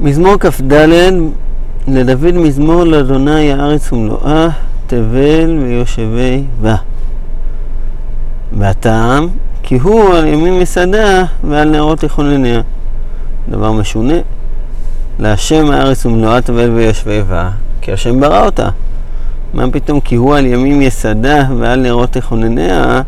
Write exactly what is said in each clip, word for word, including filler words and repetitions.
מזמור כ"ד, לדוד מזמור לאדוני הארץ ומלואה, תבל ויושבי בה. והטעם, כי הוא על ימין מסדה ועל נהרות לכונניה. דבר משונה. להשם הארץ ומלואה תבל ויושבי בה, כי השם ברא אותה. מה פתאום כי הוא על ימין יסדה ועל נהרות לכונניה,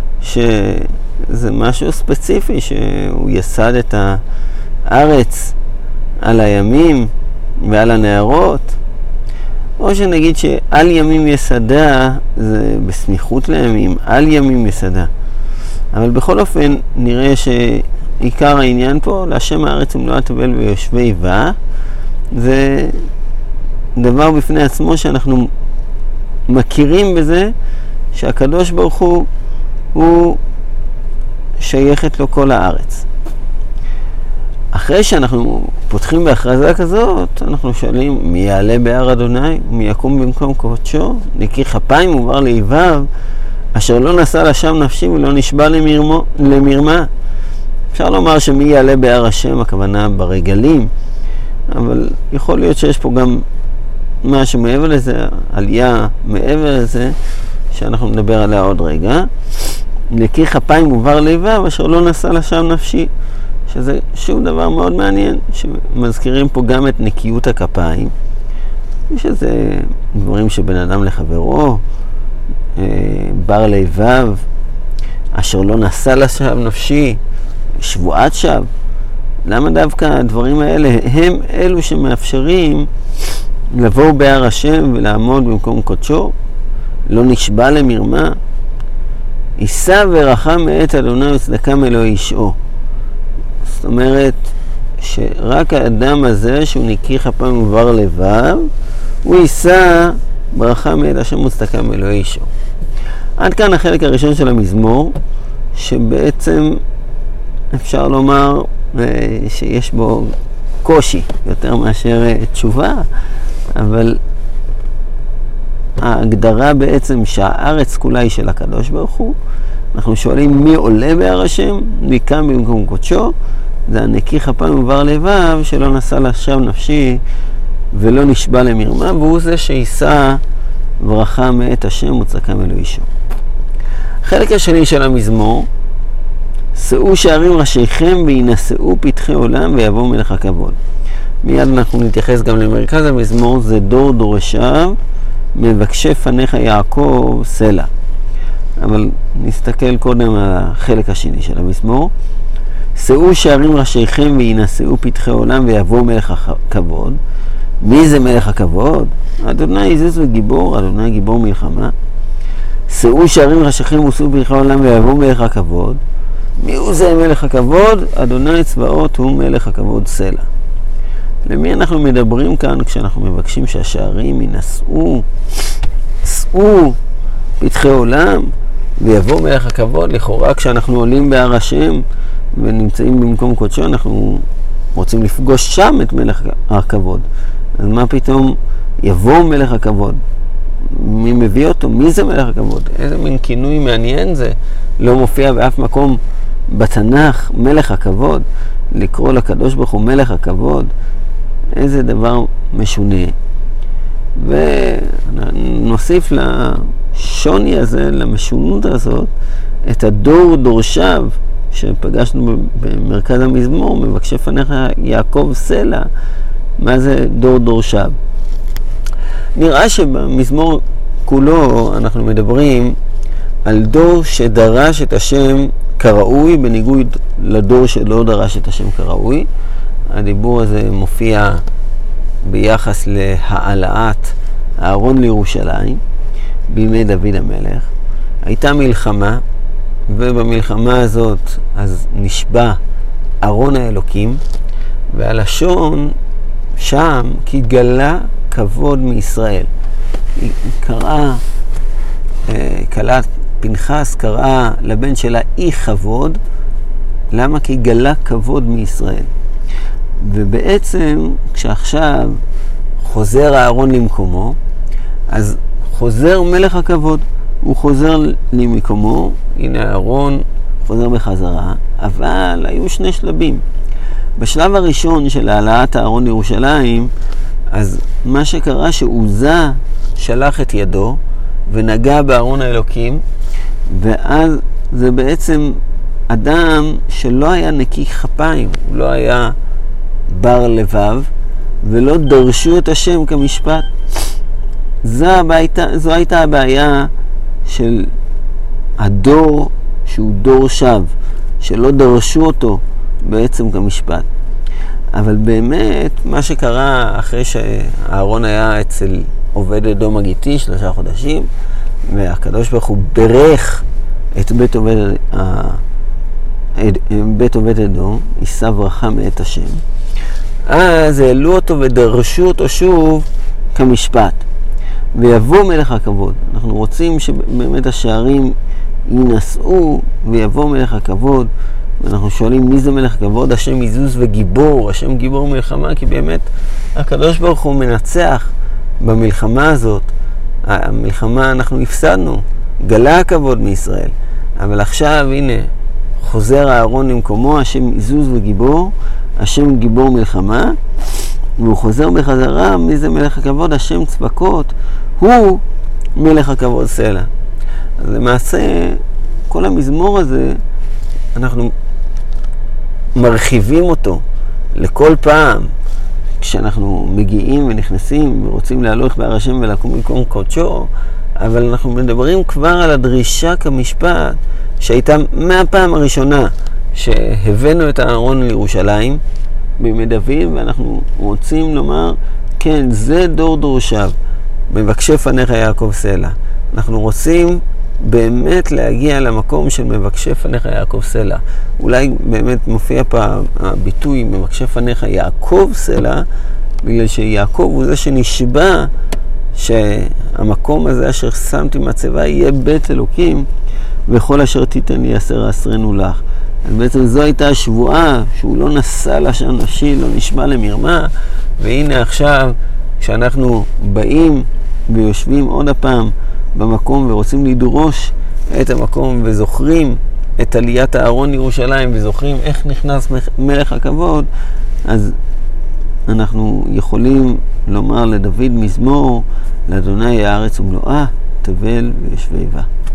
שזה משהו ספציפי, שהוא יסד את הארץ על הימים ועל הנהרות. או שנגיד שעל ימים יסדה זה בסמיכות לימים, על ימים יסדה. אבל בכל אופן נראה שעיקר העניין פה, להשם הארץ ומלואה תבל ויושבי בה, זה דבר בפני עצמו שאנחנו מכירים בזה שהקדוש ברוך הוא הוא שייכת לו כל הארץ. אחרי שאנחנו פותחים בהכרזה כזאת, אנחנו שואלים, מי יעלה בהר אדוני? מי יקום במקום קודשו? נקי כפיים ובר לאיביו, אשר לא נשא לשם נפשי ולא נשבע למרמו, למרמה. אפשר לומר שמי יעלה בהר השם, הכוונה ברגלים, אבל יכול להיות שיש פה גם משהו מעבר לזה, עלייה מעבר לזה, שאנחנו נדבר עליה עוד רגע. נקי כפיים ובר לאיביו, אשר לא נשא לשם נפשי. שזה שוב דבר מאוד מעניין, שמזכירים פה גם את נקיות הכפיים, שזה דברים שבין אדם לחברו, בר לאיביו, אשר לא נשא לשם נפשי, שבועת שווא. למה דווקא הדברים האלה הם אלו שמאפשרים לבוא בהר השם ולעמוד במקום קודשו? לא נשבע למרמה, יישא ורחם מאת אדוני וצדקה מאלוהי אישו. זאת אומרת שרק האדם הזה שהוא נקי כפיים ובר לבב, הוא יישא ברכה מאת השם וצדקה מאלוהי אישו. עד כאן החלק הראשון של המזמור, שבעצם אפשר לומר שיש בו קושי יותר מאשר תשובה, אבל ההגדרה בעצם שהארץ כולה היא של הקדוש ברוך הוא. אנחנו שואלים מי עולה בהר השם, מי קם במקום קודשו, זה הנקי כפיים ובר לבב שלא נשא לשם נפשי ולא נשבע למרמה, והוא זה שיישא ברכה מאת השם וצדקה מאלוהי אישו. החלק השני של המזמור, שאו שערים ראשיכם וינשאו פתחי עולם ויבוא מלך הכבוד. מיד אנחנו נתייחס גם למרכז המזמור, זה דור דורשיו מבקשי פניך יעקב סלע. אבל נסתכל קודם על החלק השני של המזמור. שאו שערים ראשיכם וינשאו פתחי עולם ויבוא מלך הכבוד. מי זה מלך הכבוד? אדוני עזוז וגיבור, אדוני גיבור מלחמה. שאו שערים ראשיכם ושאו פתחי עולם ויבוא מלך הכבוד. מי הוא זה מלך הכבוד? אדוני צבאות הוא מלך הכבוד סלע. למי אנחנו מדברים כאן כשאנחנו מבקשים שהשערים ינשאו, שאו פתחי עולם ויבוא מלך הכבוד? לכאורה כשאנחנו עולים בהר השם ונמצאים במקום קודשו, אנחנו רוצים לפגוש שם את מלך הכבוד. אז מה פתאום יבוא מלך הכבוד? מי מביא אותו? מי זה מלך הכבוד? איזה מין כינוי מעניין זה. לא מופיע באף מקום בתנ"ך מלך הכבוד. לקרוא לקדוש ברוך הוא מלך הכבוד. איזה דבר משונה. ונוסיף לשוני הזה, למשונות הזאת, את הדור דורשיו שפגשנו במרכז המזמור, מבקשי פניך יעקב סלע. מה זה דור דורשיו? נראה שבמזמור כולו אנחנו מדברים על דור שדרש את השם כראוי, בניגוד לדור שלא דרש את השם כראוי. הדיבור הזה מופיע ביחס להעלאת אהרון לירושלים בימי דוד המלך. הייתה מלחמה, ובמלחמה הזאת אז נשבע ארון האלוקים, והלשון שם כי גלה כבוד מישראל. היא קראה, כלת פנחס קראה לבן שלה אי כבוד. למה? כי גלה כבוד מישראל. ובעצם כשעכשיו חוזר הארון למקומו, אז חוזר מלך הכבוד. הוא חוזר למקומו, הנה הארון חוזר בחזרה, אבל היו שני שלבים. בשלב הראשון של העלאת הארון לירושלים, אז מה שקרה שעוזה שלח את ידו ונגע בארון האלוקים, ואז זה בעצם אדם שלא היה נקי כפיים, הוא לא היה בר לבב, ולא דרשו את השם כמשפט. זו, הבעיתה, זו הייתה הבעיה של הדור שהוא דור שב, שלא דרשו אותו בעצם כמשפט. אבל באמת מה שקרה אחרי שהארון היה אצל עובד אדום הגיתי שלושה חודשים, והקדוש ברוך הוא ברך את בית עובד, בית עובד אדום, יישא ברכה מאת השם, אז העלו אותו ודרשו אותו שוב כמשפט. ויבוא מלך הכבוד. אנחנו רוצים שבאמת השערים ינסעו ויבוא מלך הכבוד. ואנחנו שואלים מי זה מלך הכבוד? השם עזוז וגיבור, השם גיבור מלחמה, כי באמת הקדוש ברוך הוא מנצח במלחמה הזאת. המלחמה אנחנו הפסדנו, גלה הכבוד מישראל. אבל עכשיו הנה חוזר הארון למקומו, השם עזוז וגיבור, השם גיבור מלחמה, והוא חוזר בחזרה. מי זה מלך הכבוד? השם צבקות, הוא מלך הכבוד סלע. אז למעשה כל המזמור הזה אנחנו מרחיבים אותו לכל פעם כשאנחנו מגיעים ונכנסים ורוצים להלוך בהר השם ולקום במקום קודשו, אבל אנחנו מדברים כבר על הדרישה כמשפט שהייתה מהפעם הראשונה שהבאנו את הארון לירושלים בימי דוד, ואנחנו רוצים לומר, כן, זה דור דורשיו, מבקשי פניך יעקב סלע. אנחנו רוצים באמת להגיע למקום של מבקשי פניך יעקב סלע. אולי באמת מופיע פה הביטוי מבקשי פניך יעקב סלע, בגלל שיעקב הוא זה שנשבע שהמקום הזה אשר שמתי מצבה יהיה בית אלוקים, וכל אשר תיתן לי עשר אסרנו לך. אז בעצם זו הייתה השבועה שהוא לא נשא לשון נפשי, לא נשבע למרמה. והנה עכשיו כשאנחנו באים ויושבים עוד הפעם במקום ורוצים לדרוש את המקום וזוכרים את עליית הארון לירושלים וזוכרים איך נכנס מלך הכבוד, אז אנחנו יכולים לומר לדוד מזמור, לאדוני הארץ ומלואה תבל ויושבי בה.